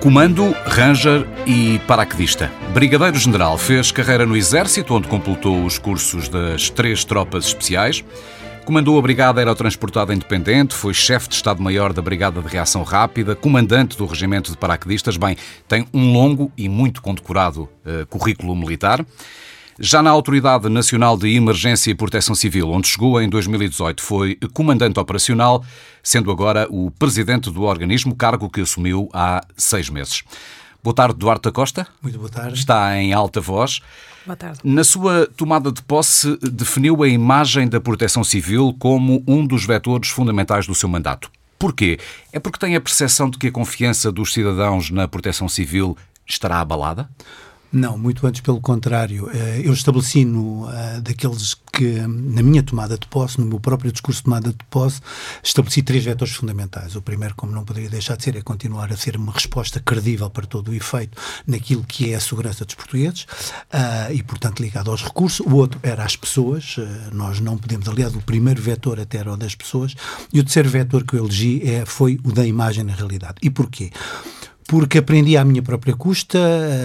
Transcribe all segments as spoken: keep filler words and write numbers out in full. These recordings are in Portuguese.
Comando, Ranger e paraquedista. Brigadeiro-general, fez carreira no Exército, onde completou os cursos das três tropas especiais. Comandou a Brigada Aerotransportada Independente, foi chefe de Estado-Maior da Brigada de Reação Rápida, comandante do Regimento de Paraquedistas. Bem, tem um longo e muito condecorado uh, currículo militar. Já na Autoridade Nacional de Emergência e Proteção Civil, onde chegou em dois mil e dezoito, foi comandante operacional, sendo agora o presidente do organismo, cargo que assumiu há seis meses. Boa tarde, Duarte da Costa. Muito boa tarde. Está em alta voz. Boa tarde. Na sua tomada de posse, definiu a imagem da Proteção Civil como um dos vetores fundamentais do seu mandato. Porquê? É porque tem a percepção de que a confiança dos cidadãos na Proteção Civil estará abalada? Não, muito antes pelo contrário. Eu estabeleci no, daqueles que, na minha tomada de posse, no meu próprio discurso de tomada de posse, estabeleci três vetores fundamentais. O primeiro, como não poderia deixar de ser, é continuar a ser uma resposta credível para todo o efeito naquilo que é a segurança dos portugueses uh, e, portanto, ligado aos recursos. O outro era as pessoas. Uh, nós não podemos, aliás, o primeiro vetor até era o das pessoas. E o terceiro vetor que eu elegi é, foi o da imagem na realidade. E porquê? Porque aprendi à minha própria custa,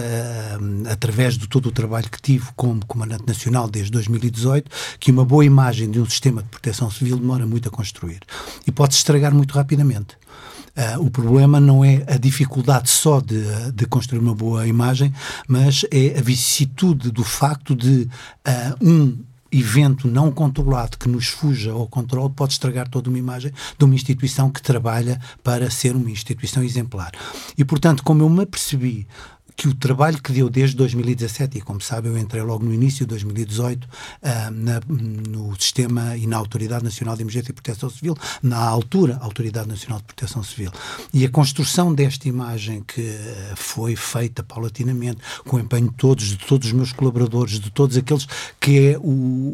uh, através de todo o trabalho que tive como Comandante Nacional desde dois mil e dezoito, que uma boa imagem de um sistema de proteção civil demora muito a construir e pode-se estragar muito rapidamente. Uh, o problema não é a dificuldade só de, de construir uma boa imagem, mas é a vicissitude do facto de uh, um evento não controlado que nos fuja ao controle pode estragar toda uma imagem de uma instituição que trabalha para ser uma instituição exemplar. E, portanto, como eu me apercebi que o trabalho que deu desde dois mil e dezassete, e como sabe eu entrei logo no início de dois mil e dezoito uh, na, no sistema e na Autoridade Nacional de Emergência e Proteção Civil, na altura Autoridade Nacional de Proteção Civil, e a construção desta imagem que foi feita paulatinamente, com o empenho de todos, de todos os meus colaboradores, de todos aqueles que é o,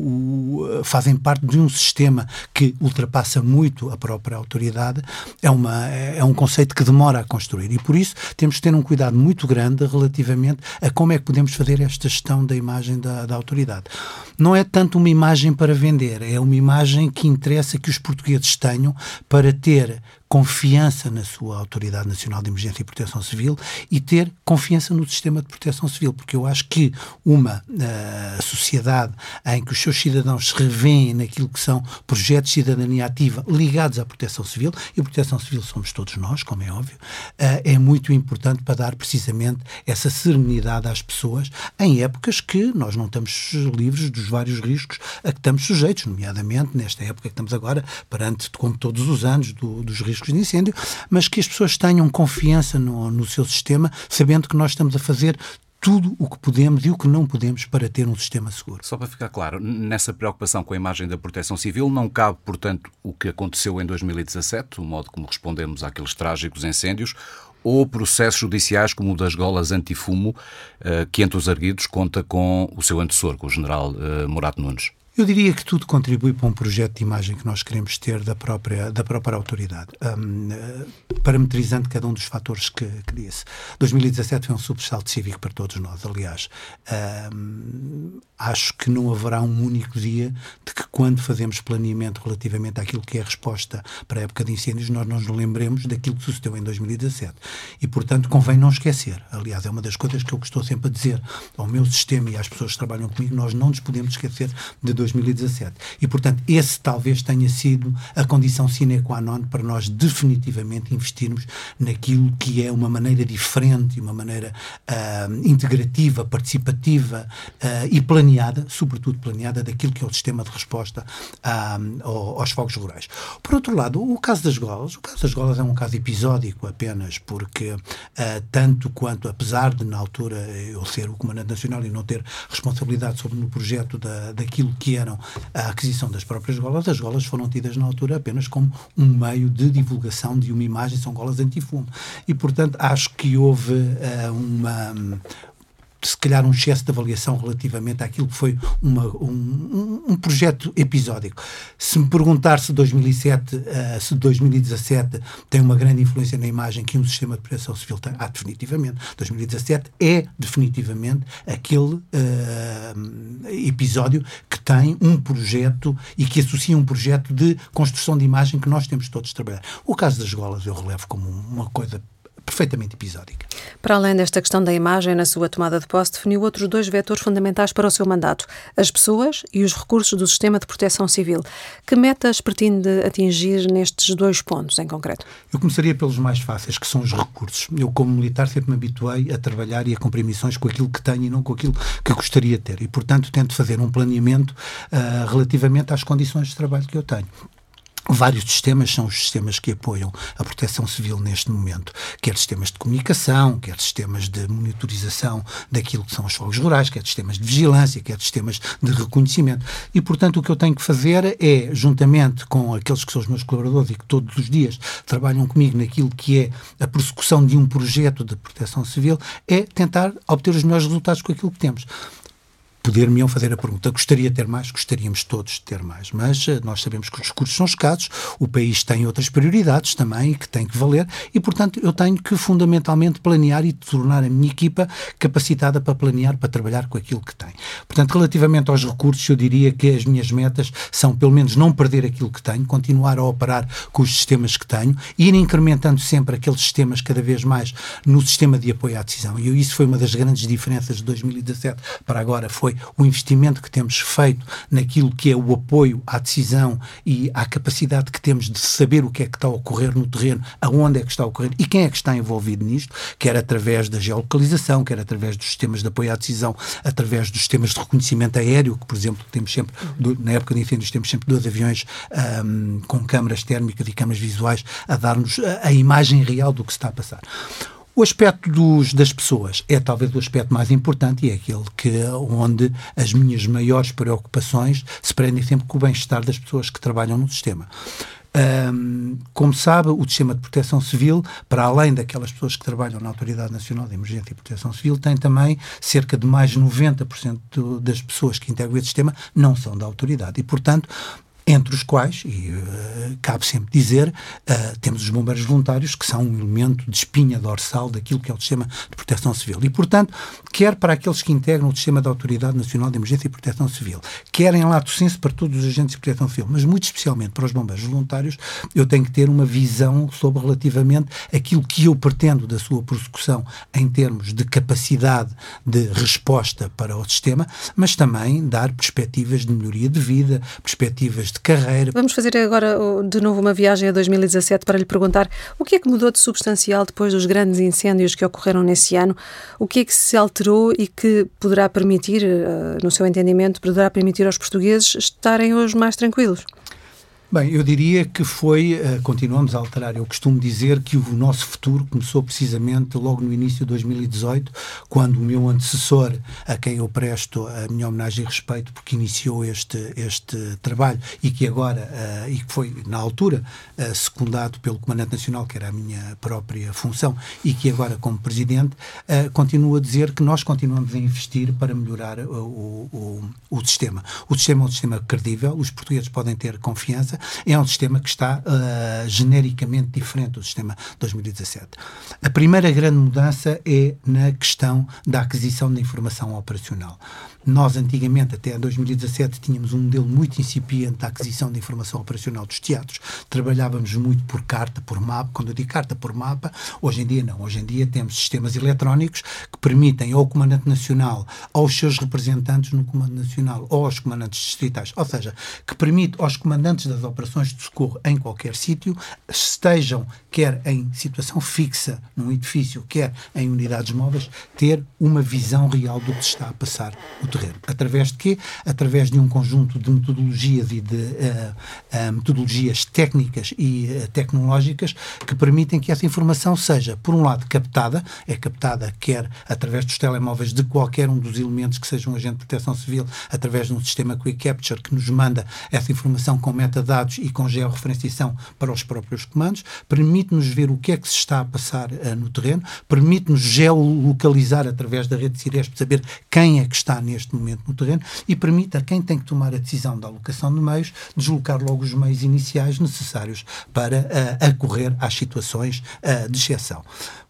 o, fazem parte de um sistema que ultrapassa muito a própria autoridade, é, uma, é um conceito que demora a construir, e por isso temos que ter um cuidado muito grande relativamente a como é que podemos fazer esta gestão da imagem da, da autoridade. Não é tanto uma imagem para vender, é uma imagem que interessa que os portugueses tenham para ter confiança na sua Autoridade Nacional de Emergência e Proteção Civil e ter confiança no sistema de proteção civil, porque eu acho que uma uh, sociedade em que os seus cidadãos se revêem naquilo que são projetos de cidadania ativa ligados à proteção civil, e a proteção civil somos todos nós, como é óbvio, uh, é muito importante para dar precisamente essa serenidade às pessoas em épocas que nós não estamos livres dos vários riscos a que estamos sujeitos, nomeadamente nesta época que estamos agora, perante, como todos os anos, do, dos riscos de incêndio, mas que as pessoas tenham confiança no, no seu sistema, sabendo que nós estamos a fazer tudo o que podemos e o que não podemos para ter um sistema seguro. Só para ficar claro, nessa preocupação com a imagem da Proteção Civil não cabe, portanto, o que aconteceu em dois mil e dezassete, o modo como respondemos àqueles trágicos incêndios, ou processos judiciais como o das golas antifumo, que entre os arguidos conta com o seu antecessor, com o general Morato Nunes. Eu diria que tudo contribui para um projeto de imagem que nós queremos ter da própria, da própria autoridade, um, uh, parametrizando cada um dos fatores que, que disse. dois mil e dezassete foi um sobressalto cívico para todos nós, aliás. Um, acho que não haverá um único dia de que, quando fazemos planeamento relativamente àquilo que é a resposta para a época de incêndios, nós não nos lembremos daquilo que sucedeu em dois mil e dezassete. E, portanto, convém não esquecer. Aliás, é uma das coisas que eu estou sempre a dizer ao meu sistema e às pessoas que trabalham comigo, nós não nos podemos esquecer de dois mil e dezassete. E, portanto, esse talvez tenha sido a condição sine qua non para nós definitivamente investirmos naquilo que é uma maneira diferente, uma maneira uh, integrativa, participativa uh, e planeada, sobretudo planeada, daquilo que é o sistema de resposta uh, aos fogos rurais. Por outro lado, o caso das golas, o caso das golas é um caso episódico apenas, porque uh, tanto quanto, apesar de na altura eu ser o Comandante Nacional e não ter responsabilidade sobre o projeto da, daquilo que eram a aquisição das próprias golas, as golas foram tidas na altura apenas como um meio de divulgação de uma imagem, são golas antifumo. E, portanto, acho que houve uh, uma... se calhar um excesso de avaliação relativamente àquilo que foi uma, um, um, um projeto episódico. Se me perguntar se dois mil e sete, uh, se dois mil e dezassete tem uma grande influência na imagem que um sistema de proteção civil tem, ah, definitivamente. dois mil e dezassete é definitivamente aquele uh, episódio que tem um projeto e que associa um projeto de construção de imagem que nós temos todos de trabalhar. O caso das golas eu relevo como uma coisa perfeitamente episódica. Para além desta questão da imagem, na sua tomada de posse, definiu outros dois vetores fundamentais para o seu mandato: as pessoas e os recursos do sistema de proteção civil. Que metas pretende atingir nestes dois pontos em concreto? Eu começaria pelos mais fáceis, que são os recursos. Eu, como militar, sempre me habituei a trabalhar e a cumprir missões com aquilo que tenho e não com aquilo que gostaria de ter. E, portanto, tento fazer um planeamento uh, relativamente às condições de trabalho que eu tenho. Vários sistemas são os sistemas que apoiam a proteção civil neste momento, quer sistemas de comunicação, quer sistemas de monitorização daquilo que são os fogos rurais, quer sistemas de vigilância, quer sistemas de reconhecimento. E, portanto, o que eu tenho que fazer é, juntamente com aqueles que são os meus colaboradores e que todos os dias trabalham comigo naquilo que é a prossecução de um projeto de proteção civil, é tentar obter os melhores resultados com aquilo que temos. Poder-me-ão fazer a pergunta, gostaria de ter mais? Gostaríamos todos de ter mais, mas uh, nós sabemos que os recursos são escassos, o país tem outras prioridades também que tem que valer e, portanto, eu tenho que fundamentalmente planear e tornar a minha equipa capacitada para planear, para trabalhar com aquilo que tem. Portanto, relativamente aos recursos, eu diria que as minhas metas são, pelo menos, não perder aquilo que tenho, continuar a operar com os sistemas que tenho, ir incrementando sempre aqueles sistemas cada vez mais no sistema de apoio à decisão. E isso foi uma das grandes diferenças de dois mil e dezassete para agora, foi o investimento que temos feito naquilo que é o apoio à decisão e à capacidade que temos de saber o que é que está a ocorrer no terreno, aonde é que está a ocorrer e quem é que está envolvido nisto, quer através da geolocalização, quer através dos sistemas de apoio à decisão, através dos sistemas de reconhecimento aéreo, que, por exemplo, temos sempre, na época de incêndios, temos sempre dois aviões um, com câmaras térmicas e câmaras visuais a dar-nos a, a imagem real do que se está a passar. O aspecto dos, das pessoas é talvez o aspecto mais importante e é aquele que, onde as minhas maiores preocupações se prendem sempre com o bem-estar das pessoas que trabalham no sistema. Um, como sabe, o sistema de proteção civil, para além daquelas pessoas que trabalham na Autoridade Nacional de Emergência e Proteção Civil, tem também cerca de mais de noventa por cento das pessoas que integram esse sistema não são da autoridade e, portanto, entre os quais, e uh, cabe sempre dizer, uh, temos os bombeiros voluntários, que são um elemento de espinha dorsal daquilo que é o sistema de proteção civil. E, portanto, quer para aqueles que integram o sistema da Autoridade Nacional de Emergência e Proteção Civil, quer em lato senso para todos os agentes de proteção civil, mas muito especialmente para os bombeiros voluntários, eu tenho que ter uma visão sobre relativamente aquilo que eu pretendo da sua prossecução em termos de capacidade de resposta para o sistema, mas também dar perspectivas de melhoria de vida, perspectivas de carreira. Vamos fazer agora de novo uma viagem a dois mil e dezassete para lhe perguntar o que é que mudou de substancial depois dos grandes incêndios que ocorreram nesse ano, o que é que se alterou e que poderá permitir, no seu entendimento, poderá permitir aos portugueses estarem hoje mais tranquilos? Bem, eu diria que foi, uh, continuamos a alterar, eu costumo dizer que o nosso futuro começou precisamente logo no início de dois mil e dezoito, quando o meu antecessor, a quem eu presto a minha homenagem e respeito, porque iniciou este, este trabalho e que agora, uh, e que foi na altura uh, secundado pelo Comandante Nacional, que era a minha própria função, e que agora como Presidente, uh, continua a dizer que nós continuamos a investir para melhorar uh, o, o, o sistema. O sistema é um sistema credível, os portugueses podem ter confiança. É um sistema que está uh, genericamente diferente do sistema de dois mil e dezassete. A primeira grande mudança é na questão da aquisição de informação operacional. Nós, antigamente, até dois mil e dezassete, tínhamos um modelo muito incipiente da aquisição de informação operacional dos teatros. Trabalhávamos muito por carta, por mapa. Quando eu digo carta por mapa, hoje em dia não. Hoje em dia temos sistemas eletrónicos que permitem ao Comandante Nacional, aos seus representantes no Comando Nacional, ou aos comandantes distritais, ou seja, que permite aos comandantes das operações de socorro em qualquer sítio, estejam quer em situação fixa num edifício, quer em unidades móveis, ter uma visão real do que se está a passar no terreno. Através de quê? Através de um conjunto de metodologias e de uh, uh, metodologias técnicas e uh, tecnológicas que permitem que essa informação seja, por um lado, captada, é captada quer através dos telemóveis de qualquer um dos elementos que seja um agente de proteção civil, através de um sistema Quick Capture que nos manda essa informação com metadados e com georreferenciação para os próprios comandos, permite-nos ver o que é que se está a passar uh, no terreno, permite-nos geolocalizar através da rede Ciresp, saber quem é que está neste momento no terreno e permite a quem tem que tomar a decisão da alocação de meios deslocar logo os meios iniciais necessários para uh, acorrer às situações uh, de exceção.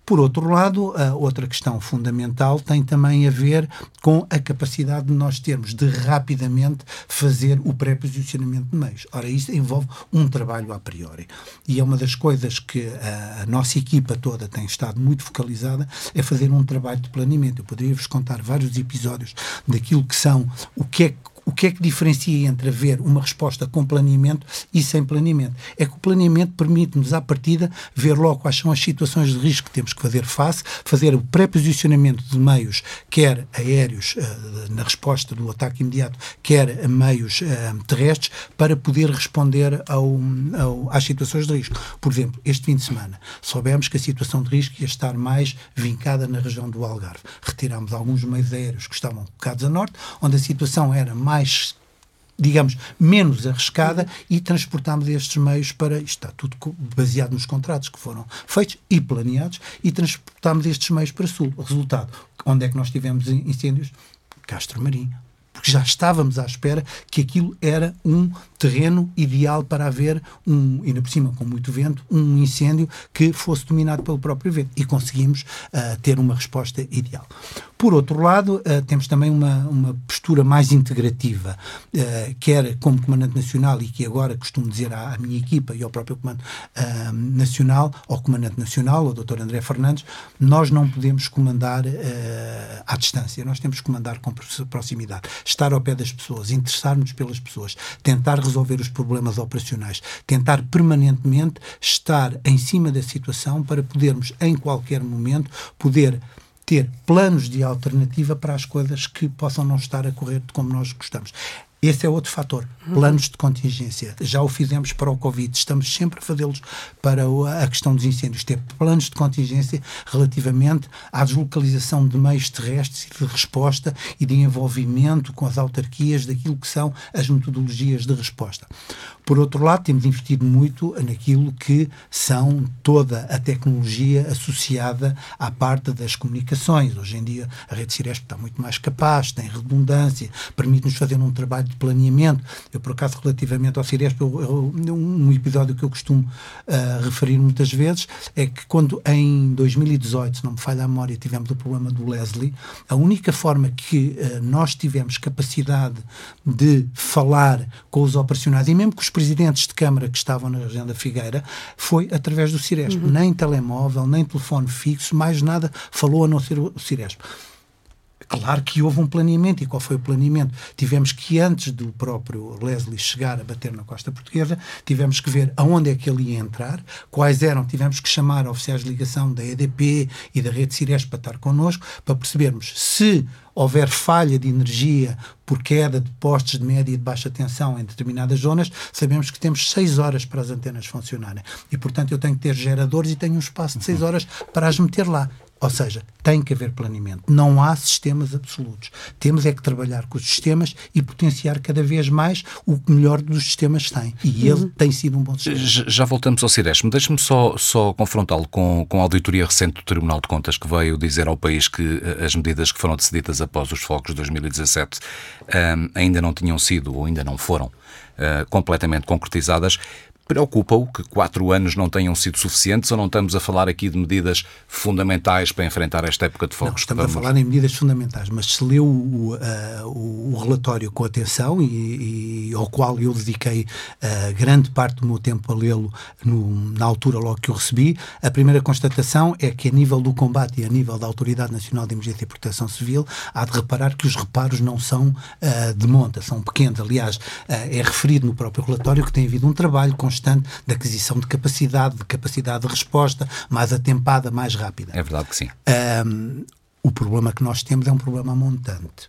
Por outro lado, a outra questão fundamental tem também a ver com a capacidade de nós termos de rapidamente fazer o pré-posicionamento de meios. Ora, isso envolve um trabalho a priori. E é uma das coisas que a, a nossa equipa toda tem estado muito focalizada, é fazer um trabalho de planeamento. Eu poderia-vos contar vários episódios daquilo que são, o que é que O que é que diferencia entre haver uma resposta com planeamento e sem planeamento? É que o planeamento permite-nos, à partida, ver logo quais são as situações de risco que temos que fazer face, fazer o pré-posicionamento de meios, quer aéreos, uh, na resposta do ataque imediato, quer meios uh, terrestres, para poder responder ao, ao, às situações de risco. Por exemplo, este fim de semana, soubemos que a situação de risco ia estar mais vincada na região do Algarve. Retirámos alguns meios aéreos que estavam colocados a norte, onde a situação era mais mais, digamos, menos arriscada, e transportámos estes meios para, isto está tudo baseado nos contratos que foram feitos e planeados, e transportámos estes meios para sul. O resultado, onde é que nós tivemos incêndios? Castro Marinho. Porque já estávamos à espera que aquilo era um terreno ideal para haver, um, ainda por cima com muito vento, um incêndio que fosse dominado pelo próprio vento. E conseguimos uh, ter uma resposta ideal. Por outro lado, uh, temos também uma, uma postura mais integrativa, uh, quer como Comandante Nacional, e que agora costumo dizer à, à minha equipa e ao próprio Comando uh, Nacional, ao Comandante Nacional, ao doutor André Fernandes, nós não podemos comandar uh, à distância, nós temos que comandar com proximidade. Estar ao pé das pessoas, interessar-nos pelas pessoas, tentar resolver os problemas operacionais, tentar permanentemente estar em cima da situação para podermos, em qualquer momento, poder ter planos de alternativa para as coisas que possam não estar a correr como nós gostamos. Esse é outro fator, planos de contingência. Já o fizemos para o Covid, estamos sempre a fazê-los para a questão dos incêndios, ter planos de contingência relativamente à deslocalização de meios terrestres e de resposta e de envolvimento com as autarquias daquilo que são as metodologias de resposta. Por outro lado, temos investido muito naquilo que são toda a tecnologia associada à parte das comunicações. Hoje em dia a rede Ciresp está muito mais capaz, tem redundância, permite-nos fazer um trabalho de planeamento. Eu, por acaso, relativamente ao Ciresp, eu, eu, um episódio que eu costumo uh, referir muitas vezes é que quando em dois mil e dezoito, se não me falha a memória, tivemos o problema do Leslie, a única forma que uh, nós tivemos capacidade de falar com os operacionais, e mesmo com os presidentes de Câmara que estavam na região da Figueira, foi através do Ciresp. Uhum. Nem telemóvel, nem telefone fixo, mais nada falou a não ser o Ciresp. Claro que houve um planeamento. E qual foi o planeamento? Tivemos que, antes do próprio Leslie chegar a bater na costa portuguesa, tivemos que ver aonde é que ele ia entrar, quais eram, tivemos que chamar oficiais de ligação da E D P e da rede Ciresp para estar connosco, para percebermos se houver falha de energia por queda de postes de média e de baixa tensão em determinadas zonas, sabemos que temos seis horas para as antenas funcionarem. E, portanto, eu tenho que ter geradores e tenho um espaço de seis horas para as meter lá. Ou seja, tem que haver planeamento. Não há sistemas absolutos. Temos é que trabalhar com os sistemas e potenciar cada vez mais o que melhor dos sistemas tem. E ele uhum. tem sido um bom sistema. Já voltamos ao Ciresp. Deixe-me só, só confrontá-lo com, com a auditoria recente do Tribunal de Contas, que veio dizer ao país que as medidas que foram decididas após os fogos de dois mil e dezassete um, ainda não tinham sido, ou ainda não foram, uh, completamente concretizadas. Preocupa-o que quatro anos não tenham sido suficientes, ou não estamos a falar aqui de medidas fundamentais para enfrentar esta época de fogos? Não, estamos vamos... a falar em medidas fundamentais, mas se leu o, uh, o, o relatório com atenção, e, e ao qual eu dediquei uh, grande parte do meu tempo a lê-lo no, na altura logo que o recebi, a primeira constatação é que, a nível do combate e a nível da Autoridade Nacional de Emergência e Proteção Civil, há de reparar que os reparos não são uh, de monta, são pequenos. Aliás, uh, é referido no próprio relatório que tem havido um trabalho constante de aquisição de capacidade, de capacidade de resposta mais atempada, mais rápida. É verdade que sim. Um, o problema que nós temos é um problema montante.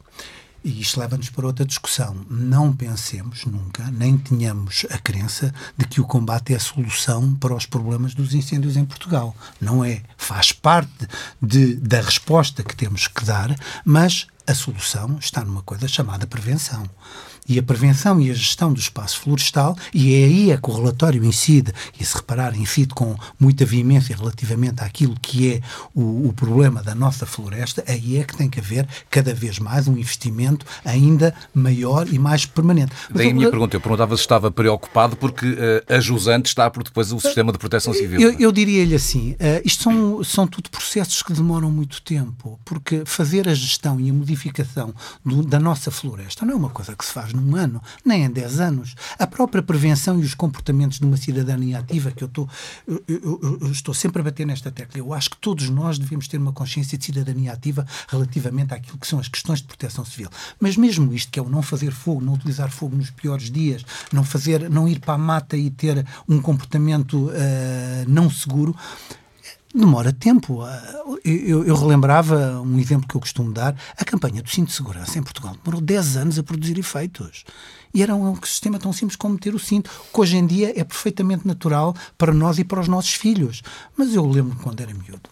E isto leva-nos para outra discussão. Não pensemos nunca, nem tenhamos a crença de que o combate é a solução para os problemas dos incêndios em Portugal. Não é. Faz parte de, da resposta que temos que dar, mas a solução está numa coisa chamada prevenção. E a prevenção e a gestão do espaço florestal, e é aí é que o relatório incide, e se repararem, incide com muita veemência relativamente àquilo que é o, o problema da nossa floresta, aí é que tem que haver cada vez mais um investimento ainda maior e mais permanente. Mas Daí eu, a minha pergunta, eu perguntava se estava preocupado porque uh, a jusante está por depois o sistema de proteção civil. Eu, eu diria-lhe assim, uh, isto são, são tudo processos que demoram muito tempo, porque fazer a gestão e a modificação do, da nossa floresta não é uma coisa que se faz num ano, nem em dez anos. A própria prevenção e os comportamentos de uma cidadania ativa, que eu estou, eu, eu, eu estou sempre a bater nesta tecla, eu acho que todos nós devemos ter uma consciência de cidadania ativa relativamente àquilo que são as questões de proteção civil. Mas mesmo isto, que é o não fazer fogo, não utilizar fogo nos piores dias, não, fazer, não ir para a mata e ter um comportamento uh, não seguro, demora tempo. Eu, eu relembrava um exemplo que eu costumo dar, a campanha do cinto de segurança em Portugal demorou dez anos a produzir efeitos. E era um sistema tão simples como meter o cinto, que hoje em dia é perfeitamente natural para nós e para os nossos filhos. Mas eu lembro-me quando era miúdo,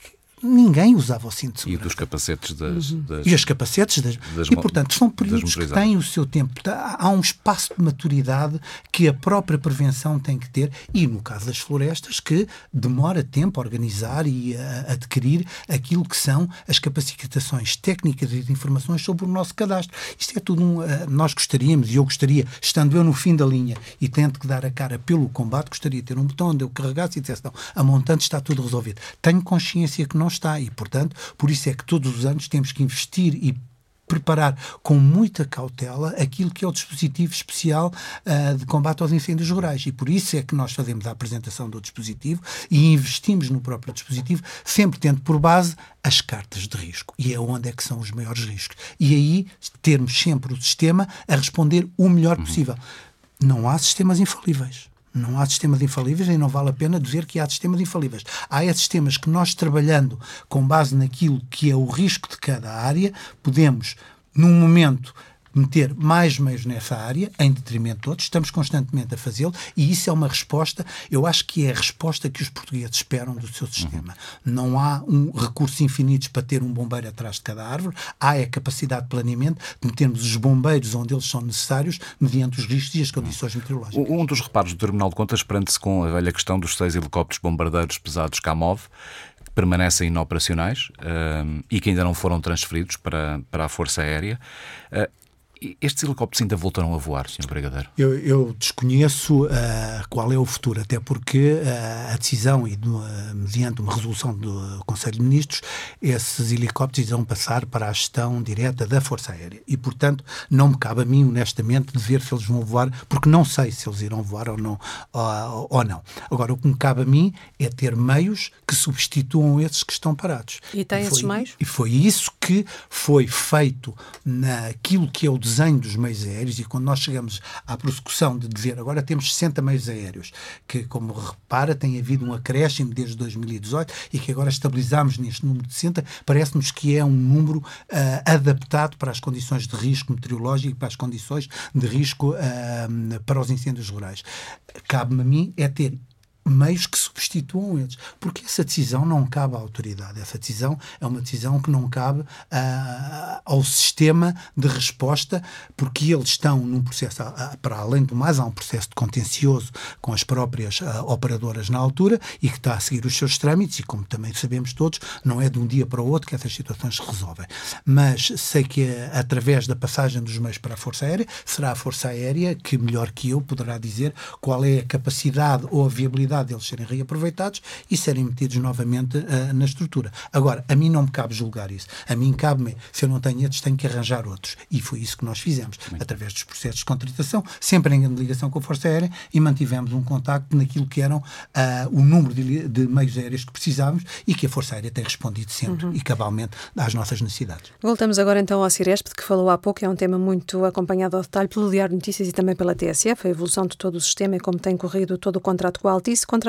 ninguém usava o cinto de segurança. E dos capacetes das... Uhum. das e os capacetes das... das e, portanto, são períodos que têm o seu tempo. Há um espaço de maturidade que a própria prevenção tem que ter e, no caso das florestas, que demora tempo a organizar e a adquirir aquilo que são as capacitações técnicas e de informações sobre o nosso cadastro. Isto é tudo um... Nós gostaríamos, e eu gostaria, estando eu no fim da linha e tendo que dar a cara pelo combate, gostaria de ter um botão onde eu carregasse e dissesse, não, a montante está tudo resolvido. Tenho consciência que não está e, portanto, por isso é que todos os anos temos que investir e preparar com muita cautela aquilo que é o dispositivo especial uh, de combate aos incêndios rurais. E por isso é que nós fazemos a apresentação do dispositivo e investimos no próprio dispositivo, sempre tendo por base as cartas de risco. E é onde é que são os maiores riscos. E aí termos sempre o sistema a responder o melhor possível. Não há sistemas infalíveis. Não há sistemas infalíveis e não vale a pena dizer que há sistemas infalíveis. Há é sistemas que nós, trabalhando com base naquilo que é o risco de cada área, podemos, num momento, meter mais meios nessa área, em detrimento de outros, estamos constantemente a fazê-lo e isso é uma resposta, eu acho que é a resposta que os portugueses esperam do seu sistema. Uhum. Não há um recurso infinito para ter um bombeiro atrás de cada árvore, há a capacidade de planeamento de metermos os bombeiros onde eles são necessários, mediante os riscos e as condições uhum. meteorológicas. Um dos reparos do Tribunal de Contas prende-se com a velha questão dos seis helicópteros bombardeiros pesados Kamov, que permanecem inoperacionais uh, e que ainda não foram transferidos para, para a Força Aérea. Uh, Estes helicópteros ainda voltaram a voar, senhor Brigadeiro? Eu, eu desconheço uh, qual é o futuro, até porque uh, a decisão, e uh, mediante uma resolução do Conselho de Ministros, esses helicópteros irão passar para a gestão direta da Força Aérea. E, portanto, não me cabe a mim, honestamente, dizer se eles vão voar, porque não sei se eles irão voar ou não. Ou, ou não. Agora, o que me cabe a mim é ter meios que substituam esses que estão parados. E tem e foi, esses meios? E foi isso que foi feito naquilo que é o desenho dos meios aéreos, e quando nós chegamos à prossecução de dizer agora temos sessenta meios aéreos, que, como repara, tem havido um acréscimo desde dois mil e dezoito e que agora estabilizamos neste número de sessenta, parece-nos que é um número uh, adaptado para as condições de risco meteorológico e para as condições de risco uh, para os incêndios rurais. Cabe-me a mim é ter meios que substituam eles, porque essa decisão não cabe à autoridade, essa decisão é uma decisão que não cabe uh, ao sistema de resposta, porque eles estão num processo, uh, para além do mais, há um processo de contencioso com as próprias uh, operadoras na altura e que está a seguir os seus trâmites e, como também sabemos todos, não é de um dia para o outro que essas situações se resolvem. Mas sei que uh, através da passagem dos meios para a Força Aérea, será a Força Aérea que, melhor que eu, poderá dizer qual é a capacidade ou a viabilidade deles serem reaproveitados e serem metidos novamente uh, na estrutura. Agora, a mim não me cabe julgar isso. A mim cabe-me, se eu não tenho estes, tenho que arranjar outros. E foi isso que nós fizemos, Sim. através dos processos de contratação, sempre em ligação com a Força Aérea, e mantivemos um contacto naquilo que eram uh, o número de, de meios aéreos que precisávamos e que a Força Aérea tem respondido sempre uhum. e cabalmente às nossas necessidades. Voltamos agora então ao Ciresp, de que falou há pouco, é um tema muito acompanhado ao detalhe pelo Diário de Notícias e também pela T S F, a evolução de todo o sistema e como tem corrido todo o contrato com a Altice, contrato esse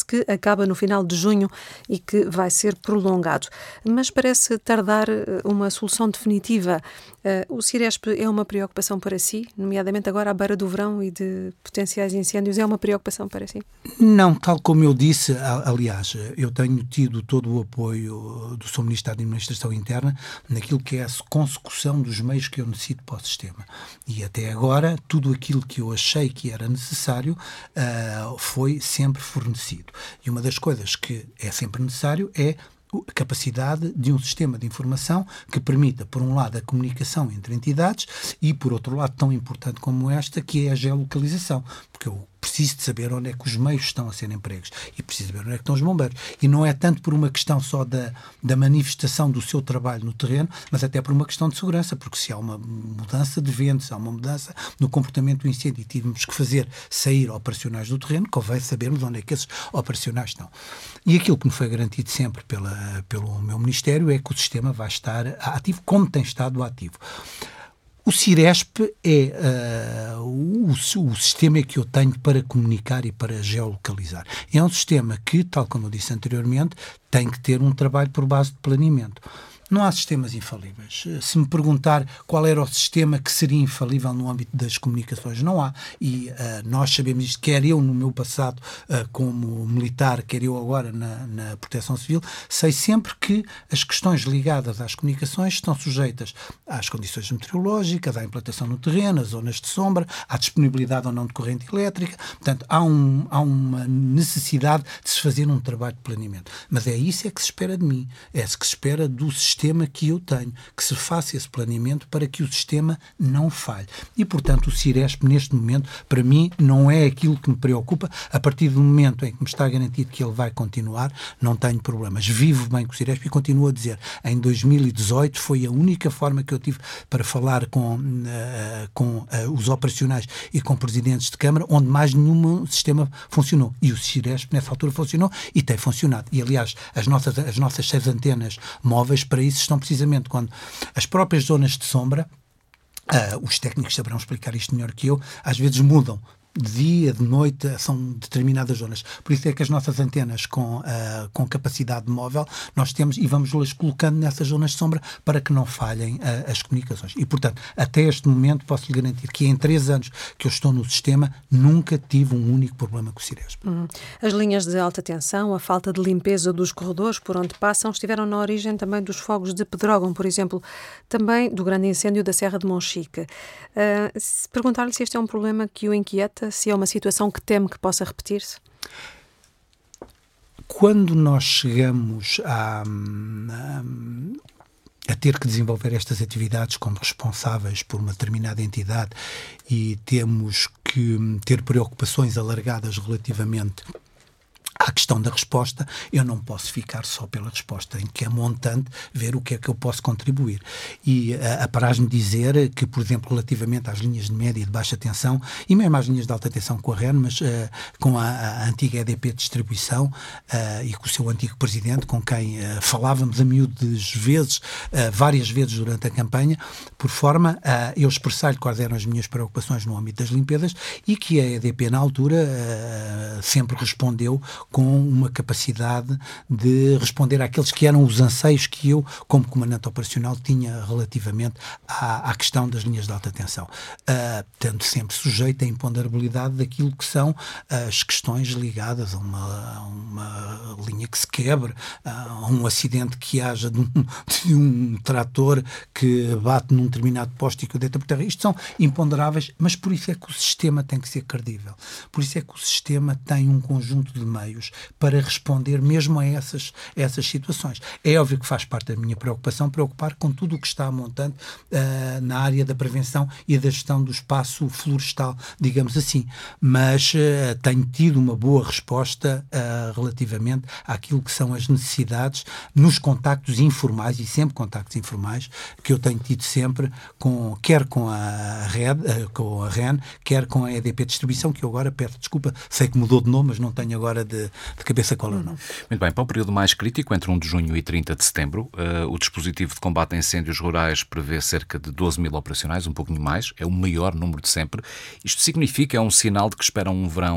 que acaba no final de junho e que vai ser prolongado. Mas parece tardar uma solução definitiva. O Ciresp é uma preocupação para si, nomeadamente agora à beira do verão e de potenciais incêndios, é uma preocupação para si? Não, tal como eu disse, aliás, eu tenho tido todo o apoio do seu Ministro da Administração Interna naquilo que é a consecução dos meios que eu necessito para o sistema. E até agora, tudo aquilo que eu achei que era necessário uh, foi sempre fornecido. E uma das coisas que é sempre necessário é a capacidade de um sistema de informação que permita, por um lado, a comunicação entre entidades e, por outro lado, tão importante como esta, que é a geolocalização. Porque eu preciso de saber onde é que os meios estão a ser empregos e preciso saber onde é que estão os bombeiros. E não é tanto por uma questão só da, da manifestação do seu trabalho no terreno, mas até por uma questão de segurança, porque se há uma mudança de vento, se há uma mudança no comportamento do incêndio e tivermos que fazer sair operacionais do terreno, convém sabermos onde é que esses operacionais estão. E aquilo que me foi garantido sempre pela, pelo meu Ministério é que o sistema vai estar ativo, como tem estado ativo. O Ciresp é uh, o, o sistema que eu tenho para comunicar e para geolocalizar. É um sistema que, tal como eu disse anteriormente, tem que ter um trabalho por base de planeamento. Não há sistemas infalíveis. Se me perguntar qual era o sistema que seria infalível no âmbito das comunicações, não há. E uh, nós sabemos isto, quer eu no meu passado uh, como militar, quer eu agora na, na Proteção Civil, sei sempre que as questões ligadas às comunicações estão sujeitas às condições meteorológicas, à implantação no terreno, às zonas de sombra, à disponibilidade ou não de corrente elétrica. Portanto, há, um, há uma necessidade de se fazer um trabalho de planeamento. Mas é isso é que se espera de mim. É isso que se espera do sistema sistema que eu tenho, que se faça esse planeamento para que o sistema não falhe. E, portanto, o Ciresp, neste momento, para mim, não é aquilo que me preocupa. A partir do momento em que me está garantido que ele vai continuar, não tenho problemas. Vivo bem com o Ciresp e continuo a dizer, em dois mil e dezoito foi a única forma que eu tive para falar com, uh, com uh, os operacionais e com presidentes de Câmara, onde mais nenhum sistema funcionou. E o Ciresp, nessa altura, funcionou e tem funcionado. E, aliás, as nossas, as nossas seis antenas móveis, para isso, estão precisamente quando as próprias zonas de sombra, uh, os técnicos saberão explicar isto melhor que eu, às vezes mudam de dia, de noite, são determinadas zonas. Por isso é que as nossas antenas com, uh, com capacidade móvel, nós temos e vamos-las colocando nessas zonas de sombra para que não falhem uh, as comunicações. E, portanto, até este momento posso lhe garantir que em três anos que eu estou no sistema, nunca tive um único problema com o Ciresp. Hum. As linhas de alta tensão, a falta de limpeza dos corredores por onde passam, estiveram na origem também dos fogos de Pedrógão, por exemplo, também do grande incêndio da Serra de Monchique. Uh, se perguntar-lhe se este é um problema que o inquieta, se é uma situação que teme que possa repetir-se? Quando nós chegamos a, a, a ter que desenvolver estas atividades como responsáveis por uma determinada entidade e temos que ter preocupações alargadas relativamente à questão da resposta, eu não posso ficar só pela resposta, em que é montante ver o que é que eu posso contribuir. E uh, apraz-me dizer que, por exemplo, relativamente às linhas de média e de baixa tensão, e mesmo às linhas de alta tensão com a R E N, mas uh, com a, a antiga E D P de distribuição uh, e com o seu antigo presidente, com quem uh, falávamos a miúdas vezes, uh, várias vezes durante a campanha, por forma a uh, eu expressar-lhe quais eram as minhas preocupações no âmbito das limpezas e que a E D P, na altura, uh, sempre respondeu com uma capacidade de responder àqueles que eram os anseios que eu, como comandante operacional, tinha relativamente à, à questão das linhas de alta tensão. Uh, tendo sempre sujeito à imponderabilidade daquilo que são as questões ligadas a uma, a uma linha que se quebre, a um acidente que haja de um, de um trator que bate num determinado poste e que o deita por terra. Isto são imponderáveis, mas por isso é que o sistema tem que ser credível. Por isso é que o sistema tem um conjunto de meios para responder mesmo a essas, a essas situações. É óbvio que faz parte da minha preocupação preocupar com tudo o que está montante uh, na área da prevenção e da gestão do espaço florestal, digamos assim. Mas uh, tenho tido uma boa resposta uh, relativamente àquilo que são as necessidades nos contactos informais, e sempre contactos informais, que eu tenho tido sempre, com, quer com a, Red, uh, com a R E N, quer com a E D P Distribuição, que eu agora peço desculpa, sei que mudou de nome, mas não tenho agora de de cabeça qual ou não. Muito bem, para o período mais crítico, entre um de junho e trinta de setembro, uh, o dispositivo de combate a incêndios rurais prevê cerca de doze mil operacionais, um pouquinho mais, é o maior número de sempre. Isto significa, é um sinal de que espera um verão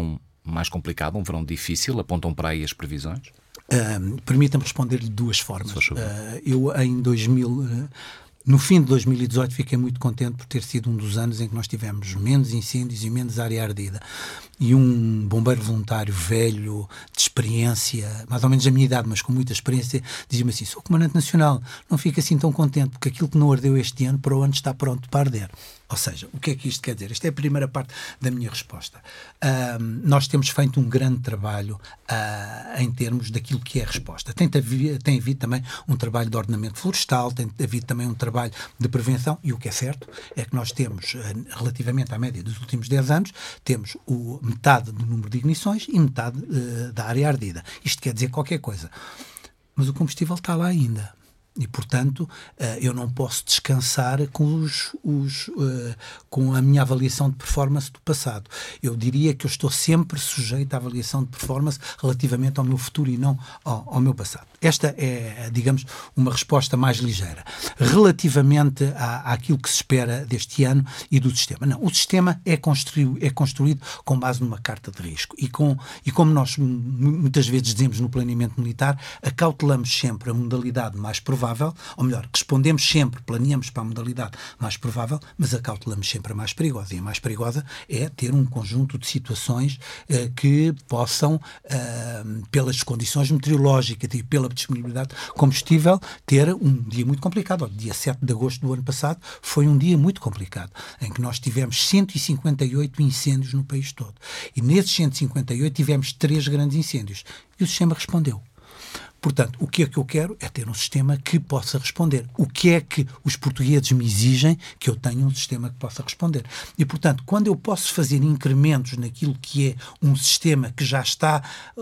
mais complicado, um verão difícil? Apontam para aí as previsões? Uh, Permita-me responder-lhe de duas formas. Uh, eu, em dois mil... Uh, No fim de dois mil e dezoito fiquei muito contente por ter sido um dos anos em que nós tivemos menos incêndios e menos área ardida. E um bombeiro voluntário velho, de experiência, mais ou menos da minha idade, mas com muita experiência, dizia-me assim: sou comandante nacional, não fico assim tão contente, porque aquilo que não ardeu este ano, para o ano está pronto para arder. Ou seja, o que é que isto quer dizer? Esta é a primeira parte da minha resposta. Uh, nós temos feito um grande trabalho uh, em termos daquilo que é a resposta. Tem, tem havido também um trabalho de ordenamento florestal, tem havido também um trabalho de prevenção, e o que é certo é que nós temos, uh, relativamente à média dos últimos dez anos, temos o, metade do número de ignições e metade uh, da área ardida. Isto quer dizer qualquer coisa. Mas o combustível está lá ainda. E, portanto, eu não posso descansar com, os, os, com a minha avaliação de performance do passado. Eu diria que eu estou sempre sujeito à avaliação de performance relativamente ao meu futuro e não ao, ao meu passado. Esta é, digamos, uma resposta mais ligeira. Relativamente à, àquilo que se espera deste ano e do sistema. Não, o sistema é construído, é construído com base numa carta de risco. E, com, e como nós muitas vezes dizemos no planeamento militar, acautelamos sempre a modalidade mais provável, ou melhor, respondemos sempre, planeamos para a modalidade mais provável, mas acautelamos sempre a mais perigosa. E a mais perigosa é ter um conjunto de situações uh, que possam, uh, pelas condições meteorológicas e pela disponibilidade de combustível, ter um dia muito complicado. O dia sete de agosto do ano passado foi um dia muito complicado, em que nós tivemos cento e cinquenta e oito incêndios no país todo. E nesses cento e cinquenta e oito tivemos três grandes incêndios. E o sistema respondeu. Portanto, o que é que eu quero é ter um sistema que possa responder. O que é que os portugueses me exigem? Que eu tenha um sistema que possa responder. E, portanto, quando eu posso fazer incrementos naquilo que é um sistema que já está...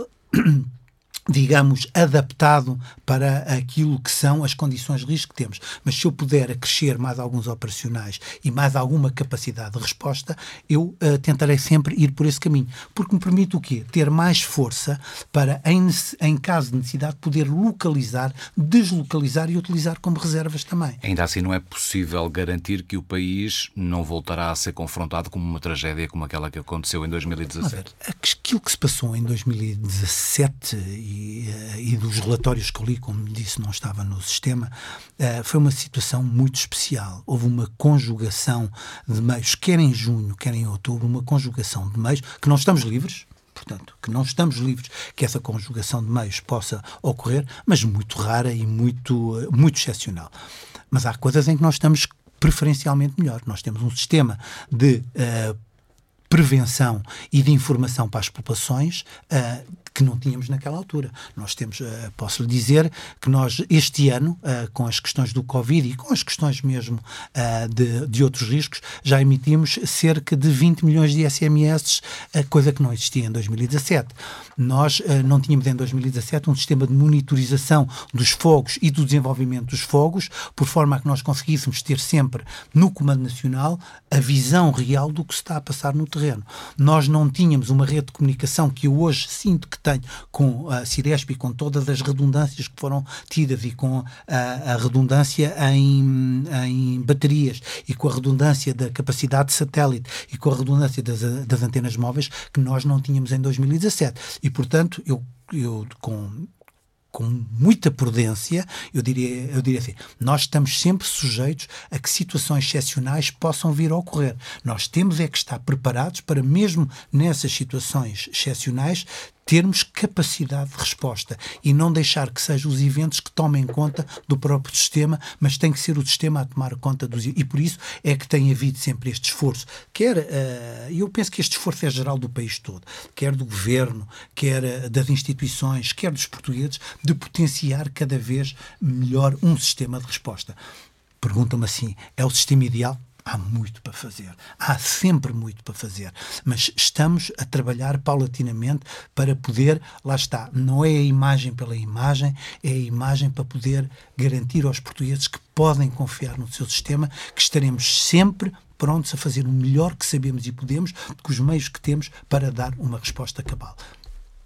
digamos, adaptado para aquilo que são as condições de risco que temos. Mas se eu puder acrescer mais alguns operacionais e mais alguma capacidade de resposta, eu uh, tentarei sempre ir por esse caminho. Porque me permite o quê? Ter mais força para, em, em caso de necessidade, poder localizar, deslocalizar e utilizar como reservas também. Ainda assim não é possível garantir que o país não voltará a ser confrontado com uma tragédia como aquela que aconteceu em dois mil e dezassete? Aquilo que se passou em dois mil e dezassete e E, e dos relatórios que eu li, como disse, não estava no sistema, uh, foi uma situação muito especial. Houve uma conjugação de meios, quer em junho, quer em outubro, uma conjugação de meios que não estamos livres, portanto, que não estamos livres que essa conjugação de meios possa ocorrer, mas muito rara e muito, muito excepcional. Mas há coisas em que nós estamos preferencialmente melhor. Nós temos um sistema de uh, prevenção e de informação para as populações uh, que não tínhamos naquela altura. Nós temos, uh, posso lhe dizer, que nós este ano, uh, com as questões do Covid e com as questões mesmo uh, de, de outros riscos, já emitimos cerca de vinte milhões de S M S, uh, coisa que não existia em dois mil e dezassete. Nós uh, não tínhamos em dois mil e dezassete um sistema de monitorização dos fogos e do desenvolvimento dos fogos, por forma a que nós conseguíssemos ter sempre no Comando Nacional a visão real do que se está a passar no terreno. Nós não tínhamos uma rede de comunicação que eu hoje sinto que tenho com a Ciresp e com todas as redundâncias que foram tidas e com a, a redundância em, em baterias e com a redundância da capacidade de satélite e com a redundância das, das antenas móveis que nós não tínhamos em dois mil e dezassete. E, portanto, eu, eu com... com muita prudência, eu diria, eu diria assim, nós estamos sempre sujeitos a que situações excepcionais possam vir a ocorrer. Nós temos é que estar preparados para, mesmo nessas situações excepcionais, termos capacidade de resposta e não deixar que sejam os eventos que tomem conta do próprio sistema, mas tem que ser o sistema a tomar conta dos... E por isso é que tem havido sempre este esforço. Quer, uh, eu penso que este esforço é geral do país todo, quer do governo, quer uh, das instituições, quer dos portugueses, de potenciar cada vez melhor um sistema de resposta. Pergunta-me assim, é o sistema ideal? Há muito para fazer, há sempre muito para fazer, mas estamos a trabalhar paulatinamente para poder, lá está, não é a imagem pela imagem, é a imagem para poder garantir aos portugueses que podem confiar no seu sistema, que estaremos sempre prontos a fazer o melhor que sabemos e podemos, com os meios que temos para dar uma resposta cabal.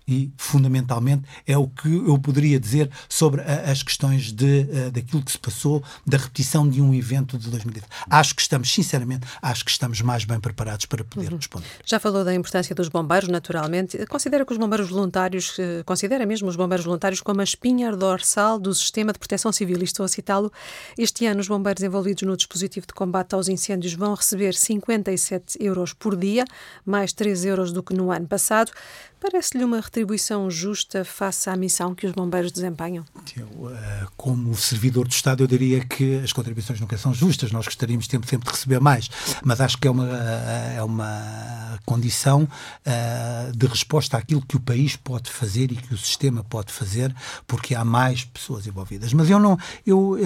E, fundamentalmente, é o que eu poderia dizer sobre a, as questões de, uh, daquilo que se passou, da repetição de um evento de dois mil e dez. Acho que estamos, sinceramente, acho que estamos mais bem preparados para poder uhum. responder. Já falou da importância dos bombeiros, naturalmente. Considera que os bombeiros voluntários, uh, considera mesmo os bombeiros voluntários como a espinha dorsal do sistema de proteção civil? E estou a citá-lo. Este ano, os bombeiros envolvidos no dispositivo de combate aos incêndios vão receber cinquenta e sete euros por dia, mais três euros do que no ano passado. Parece-lhe uma retribuição justa face à missão que os bombeiros desempenham? Eu, como servidor do Estado, eu diria que as contribuições nunca são justas. Nós gostaríamos sempre, sempre de receber mais, mas acho que é uma, é uma condição de resposta àquilo que o país pode fazer e que o sistema pode fazer, porque há mais pessoas envolvidas. Mas eu, não, eu,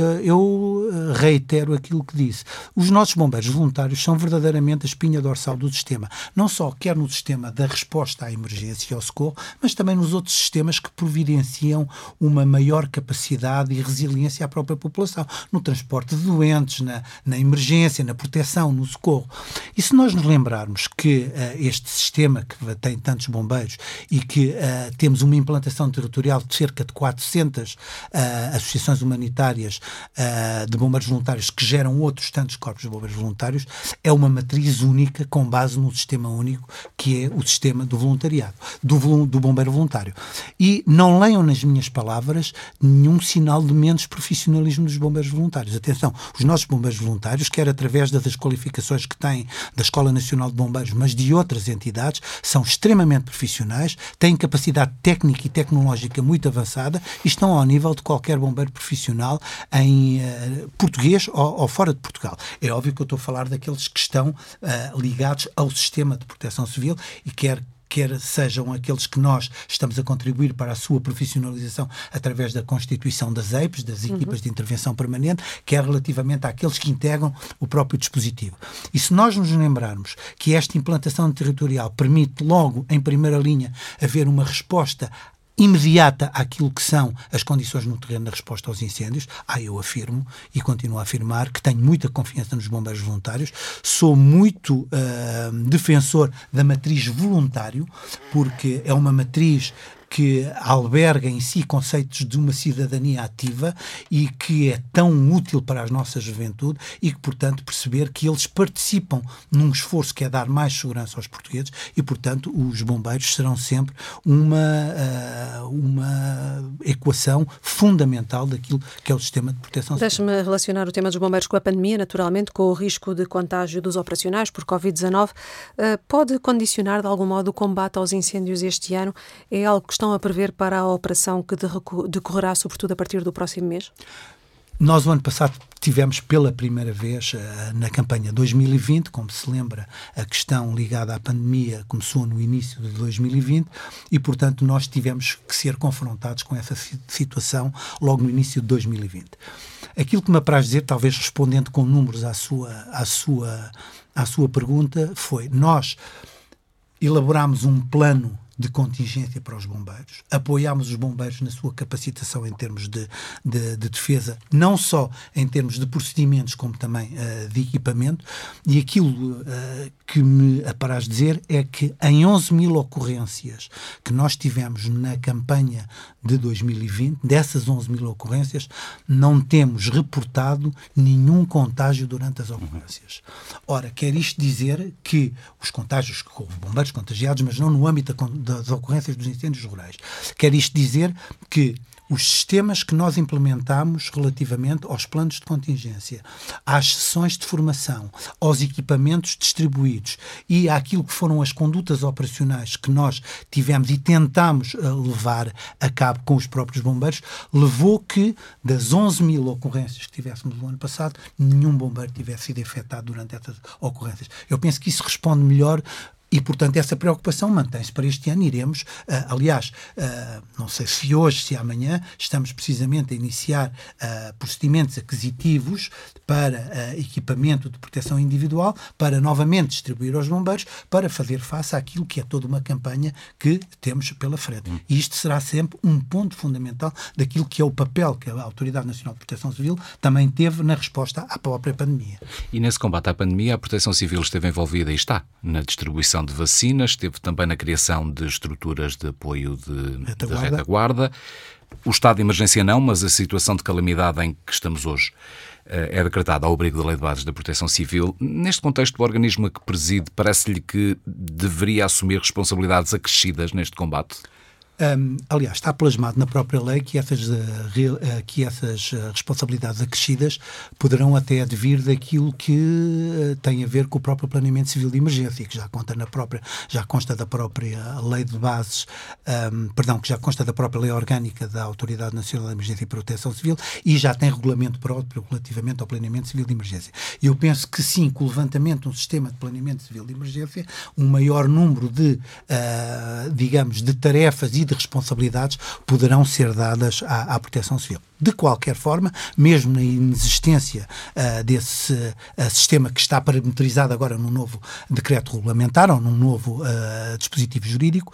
eu reitero aquilo que disse. Os nossos bombeiros voluntários são verdadeiramente a espinha dorsal do sistema. Não só quer no sistema da resposta à emergência e ao socorro, mas também nos outros sistemas que providenciam uma maior capacidade e resiliência à própria população, no transporte de doentes, na, na emergência, na proteção, no socorro. E se nós nos lembrarmos que uh, este sistema que tem tantos bombeiros e que uh, temos uma implantação territorial de cerca de quatrocentas uh, associações humanitárias uh, de bombeiros voluntários que geram outros tantos corpos de bombeiros voluntários, é uma matriz única com base num sistema único que é o sistema do voluntariado. Do, do bombeiro voluntário. E não leiam nas minhas palavras nenhum sinal de menos profissionalismo dos bombeiros voluntários. Atenção, os nossos bombeiros voluntários, quer através das qualificações que têm da Escola Nacional de Bombeiros, mas de outras entidades, são extremamente profissionais, têm capacidade técnica e tecnológica muito avançada e estão ao nível de qualquer bombeiro profissional em uh, português ou, ou fora de Portugal. É óbvio que eu estou a falar daqueles que estão uh, ligados ao sistema de proteção civil e quer quer sejam aqueles que nós estamos a contribuir para a sua profissionalização através da constituição das E I Ps, das equipas uhum. de intervenção permanente, quer relativamente àqueles que integram o próprio dispositivo. E se nós nos lembrarmos que esta implantação territorial permite logo, em primeira linha, haver uma resposta imediata àquilo que são as condições no terreno da resposta aos incêndios, ah, eu afirmo e continuo a afirmar que tenho muita confiança nos bombeiros voluntários, sou muito uh, defensor da matriz voluntário, porque é uma matriz que alberga em si conceitos de uma cidadania ativa e que é tão útil para a nossa juventude e que, portanto, perceber que eles participam num esforço que é dar mais segurança aos portugueses e, portanto, os bombeiros serão sempre uma, uh, uma equação fundamental daquilo que é o sistema de proteção civil. Deixe-me relacionar o tema dos bombeiros com a pandemia, naturalmente, com o risco de contágio dos operacionais por covid dezanove. Uh, pode condicionar, de algum modo, o combate aos incêndios este ano? É algo que estão a prever para a operação que decorrerá, sobretudo, a partir do próximo mês? Nós, o ano passado, tivemos pela primeira vez uh, na campanha dois mil e vinte, como se lembra, a questão ligada à pandemia começou no início de dois mil e vinte e, portanto, nós tivemos que ser confrontados com essa situação logo no início de dois mil e vinte. Aquilo que me apraz dizer, talvez respondendo com números à sua, à sua, à sua pergunta, foi: nós elaborámos um plano de contingência para os bombeiros, apoiámos os bombeiros na sua capacitação em termos de, de, de defesa, não só em termos de procedimentos, como também uh, de equipamento, e aquilo uh, que me apraz dizer é que em onze mil ocorrências que nós tivemos na campanha de dois mil e vinte, dessas onze mil ocorrências, não temos reportado nenhum contágio durante as ocorrências. Ora, quer isto dizer que os contágios, que houve bombeiros contagiados, mas não no âmbito da das ocorrências dos incêndios rurais. Quer isto dizer que os sistemas que nós implementamos relativamente aos planos de contingência, às sessões de formação, aos equipamentos distribuídos e àquilo que foram as condutas operacionais que nós tivemos e tentámos uh, levar a cabo com os próprios bombeiros, levou que das onze mil ocorrências que tivéssemos no ano passado, nenhum bombeiro tivesse sido afetado durante essas ocorrências. Eu penso que isso responde melhor. E, portanto, essa preocupação mantém-se para este ano. Iremos, uh, aliás, uh, não sei se hoje, se amanhã, estamos precisamente a iniciar uh, procedimentos aquisitivos para uh, equipamento de proteção individual, para novamente distribuir aos bombeiros, para fazer face àquilo que é toda uma campanha que temos pela frente. Hum. E isto será sempre um ponto fundamental daquilo que é o papel que a Autoridade Nacional de Proteção Civil também teve na resposta à própria pandemia. E nesse combate à pandemia, a Proteção Civil esteve envolvida e está na distribuição distribuição de vacinas, esteve também na criação de estruturas de apoio de retaguarda. de retaguarda. O estado de emergência não, mas a situação de calamidade em que estamos hoje é decretada ao abrigo da Lei de Bases da Proteção Civil. Neste contexto, o organismo a que preside parece-lhe que deveria assumir responsabilidades acrescidas neste combate? Um, aliás, está plasmado na própria lei que essas, uh, real, uh, que essas uh, responsabilidades acrescidas poderão até advir daquilo que uh, tem a ver com o próprio planeamento civil de emergência, que já conta na própria, já consta da própria lei de bases, um, perdão, que já consta da própria lei orgânica da Autoridade Nacional de Emergência e Proteção Civil e já tem regulamento próprio relativamente ao planeamento civil de emergência. E eu penso que sim, com o levantamento de um sistema de planeamento civil de emergência, um maior número de, uh, digamos, de tarefas e de responsabilidades poderão ser dadas à, à Proteção Civil. De qualquer forma, mesmo na inexistência uh, desse uh, sistema que está parametrizado agora num novo decreto regulamentar ou num novo uh, dispositivo jurídico,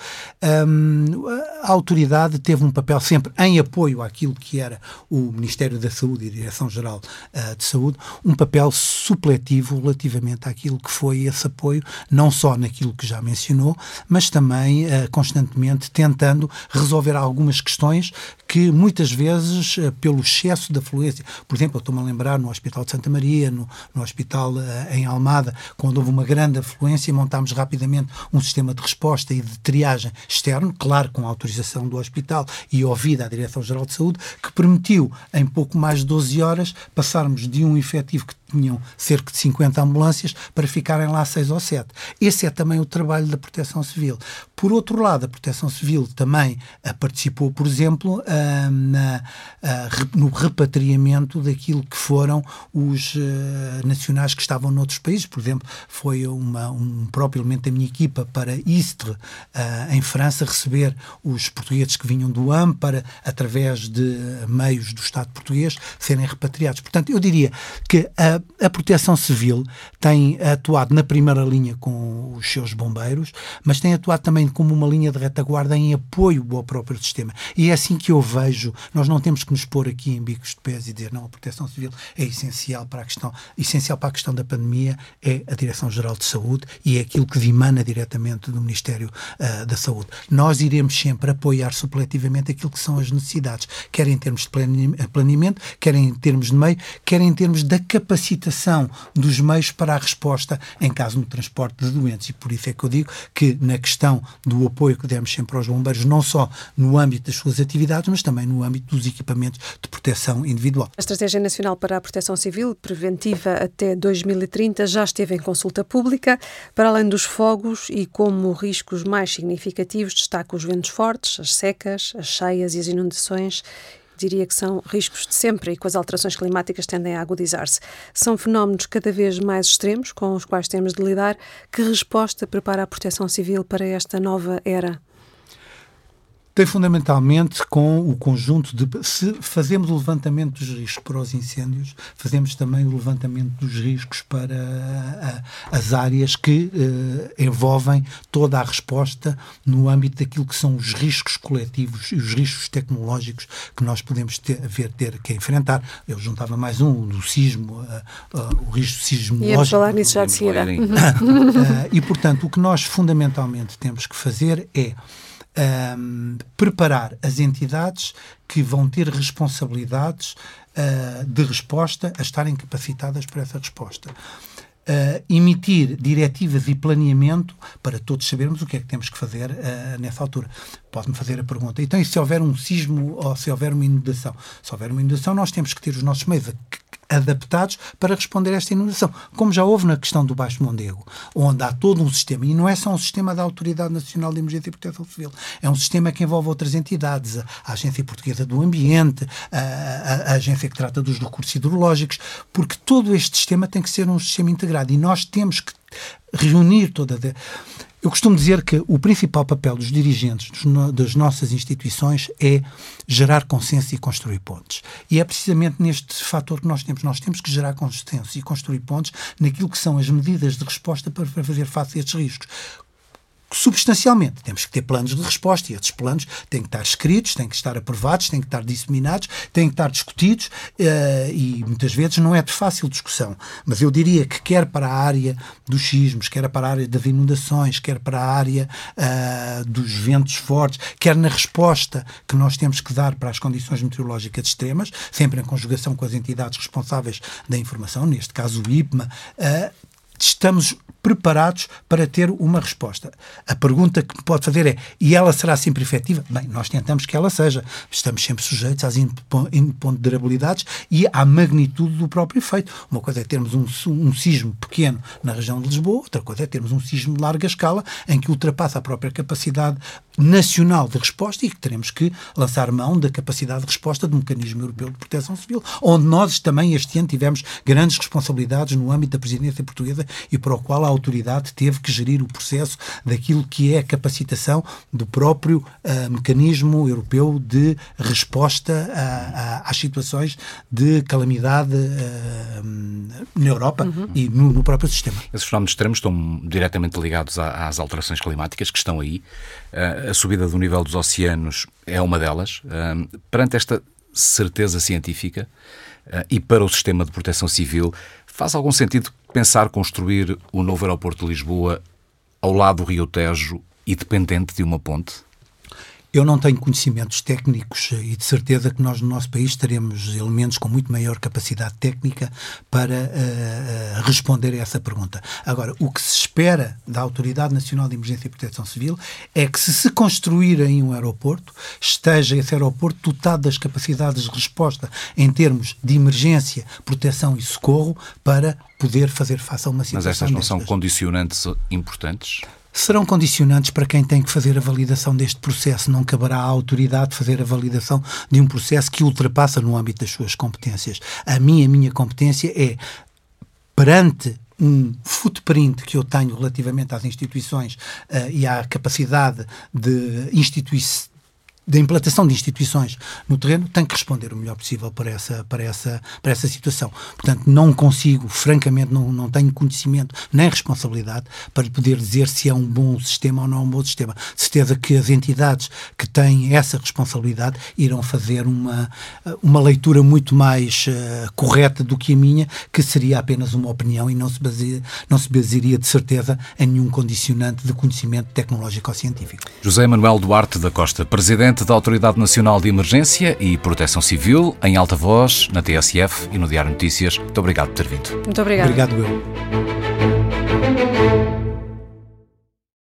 um, a autoridade teve um papel sempre em apoio àquilo que era o Ministério da Saúde e a Direção-Geral uh, de Saúde, um papel supletivo relativamente àquilo que foi esse apoio, não só naquilo que já mencionou, mas também uh, constantemente tentando resolver algumas questões que muitas vezes, uh, pelo excesso de afluência, por exemplo, eu estou-me a lembrar no Hospital de Santa Maria, no, no Hospital uh, em Almada, quando houve uma grande afluência, montámos rapidamente um sistema de resposta e de triagem externo, claro, com a autorização do hospital e ouvida à Direção-Geral de Saúde, que permitiu, em pouco mais de doze horas, passarmos de um efetivo que tinham cerca de cinquenta ambulâncias para ficarem lá seis ou sete. Esse é também o trabalho da Proteção Civil. Por outro lado, a Proteção Civil também uh, participou, por exemplo, uh, na, uh, no repatriamento daquilo que foram os uh, nacionais que estavam noutros países. Por exemplo, foi uma, um próprio elemento da minha equipa para Istres, uh, em França, receber os portugueses que vinham do A M para, através de meios do Estado português, serem repatriados. Portanto, eu diria que a A Proteção Civil tem atuado na primeira linha com os seus bombeiros, mas tem atuado também como uma linha de retaguarda em apoio ao próprio sistema. E é assim que eu vejo, nós não temos que nos pôr aqui em bicos de pés e dizer não, a Proteção Civil é essencial para a questão, essencial para a questão da pandemia é a Direção-Geral de Saúde e é aquilo que dimana diretamente do Ministério uh, da Saúde. Nós iremos sempre apoiar supletivamente aquilo que são as necessidades, quer em termos de planeamento, quer em termos de meio, quer em termos da capacidade capacitação dos meios para a resposta em caso no transporte de doentes. E por isso é que eu digo que na questão do apoio que demos sempre aos bombeiros, não só no âmbito das suas atividades, mas também no âmbito dos equipamentos de proteção individual. A Estratégia Nacional para a Proteção Civil, preventiva até dois mil e trinta, já esteve em consulta pública. Para além dos fogos e como riscos mais significativos, destaca os ventos fortes, as secas, as cheias e as inundações. Diria que são riscos de sempre e com as alterações climáticas tendem a agudizar-se. São fenómenos cada vez mais extremos com os quais temos de lidar. Que resposta prepara a Proteção Civil para esta nova era? Tem fundamentalmente com o conjunto de... Se fazemos o levantamento dos riscos para os incêndios, fazemos também o levantamento dos riscos para a, a, as áreas que uh, envolvem toda a resposta no âmbito daquilo que são os riscos coletivos e os riscos tecnológicos que nós podemos ter, ver, ter que enfrentar. Eu juntava mais um, do sismo, uh, uh, o risco sismológico. Íamos falar nisso já de seguida. uh, e, portanto, o que nós fundamentalmente temos que fazer é Um, preparar as entidades que vão ter responsabilidades uh, de resposta a estarem capacitadas para essa resposta. Uh, emitir diretivas e planeamento para todos sabermos o que é que temos que fazer uh, nessa altura. Pode-me fazer a pergunta, então e se houver um sismo ou se houver uma inundação? Se houver uma inundação, nós temos que ter os nossos meios adaptados para responder a esta inundação, como já houve na questão do Baixo Mondego, onde há todo um sistema, e não é só um sistema da Autoridade Nacional de Emergência e Proteção Civil, é um sistema que envolve outras entidades, a, a Agência Portuguesa do Ambiente, a, a, a agência que trata dos recursos hidrológicos, porque todo este sistema tem que ser um sistema integrado e nós temos que reunir toda... De... Eu costumo dizer que o principal papel dos dirigentes dos no, das nossas instituições é gerar consenso e construir pontes. E é precisamente neste fator que nós temos. Nós temos que gerar consenso e construir pontes naquilo que são as medidas de resposta para, para fazer face a estes riscos. substancialmente. Temos que ter planos de resposta e esses planos têm que estar escritos, têm que estar aprovados, têm que estar disseminados, têm que estar discutidos uh, e muitas vezes não é de fácil discussão. Mas eu diria que quer para a área dos sismos, quer para a área das inundações, quer para a área uh, dos ventos fortes, quer na resposta que nós temos que dar para as condições meteorológicas extremas, sempre em conjugação com as entidades responsáveis da informação, neste caso o I P M A, uh, estamos preparados para ter uma resposta. A pergunta que pode fazer é, e ela será sempre efetiva? Bem, nós tentamos que ela seja. Estamos sempre sujeitos às imponderabilidades e à magnitude do próprio efeito. Uma coisa é termos um, um sismo pequeno na região de Lisboa, outra coisa é termos um sismo de larga escala em que ultrapassa a própria capacidade nacional de resposta e que teremos que lançar mão da capacidade de resposta do Mecanismo Europeu de Proteção Civil, onde nós também este ano tivemos grandes responsabilidades no âmbito da presidência portuguesa e para o qual a autoridade teve que gerir o processo daquilo que é a capacitação do próprio uh, Mecanismo Europeu de Resposta a, a, às situações de calamidade uh, na Europa uhum. e no, no próprio sistema. Esses fenómenos extremos estão diretamente ligados às alterações climáticas que estão aí. Uh, a subida do nível dos oceanos é uma delas. Uh, perante esta certeza científica uh, e para o sistema de proteção civil, faz algum sentido pensar construir o novo aeroporto de Lisboa ao lado do Rio Tejo e dependente de uma ponte? Eu não tenho conhecimentos técnicos e de certeza que nós no nosso país teremos elementos com muito maior capacidade técnica para uh, uh, responder a essa pergunta. Agora, o que se espera da Autoridade Nacional de Emergência e Proteção Civil é que se se construir em um aeroporto, esteja esse aeroporto dotado das capacidades de resposta em termos de emergência, proteção e socorro para poder fazer face a uma situação. Mas estas não destas. São condicionantes importantes? Serão condicionantes para quem tem que fazer a validação deste processo. Não caberá à autoridade fazer a validação de um processo que ultrapassa no âmbito das suas competências. A minha, a minha competência é, perante um footprint que eu tenho relativamente às instituições uh, e à capacidade de instituição, da implantação de instituições no terreno, tem que responder o melhor possível para essa, para essa, para essa situação. Portanto, não consigo, francamente, não, não tenho conhecimento nem responsabilidade para poder dizer se é um bom sistema ou não é um bom sistema. De certeza que as entidades que têm essa responsabilidade irão fazer uma, uma leitura muito mais uh, correta do que a minha, que seria apenas uma opinião e não se baseia, não se basearia de certeza em nenhum condicionante de conhecimento tecnológico ou científico. José Manuel Duarte da Costa, Presidente da Autoridade Nacional de Emergência e Proteção Civil, em alta voz, na T S F e no Diário Notícias. Muito obrigado por ter vindo. Muito obrigado. Obrigado eu.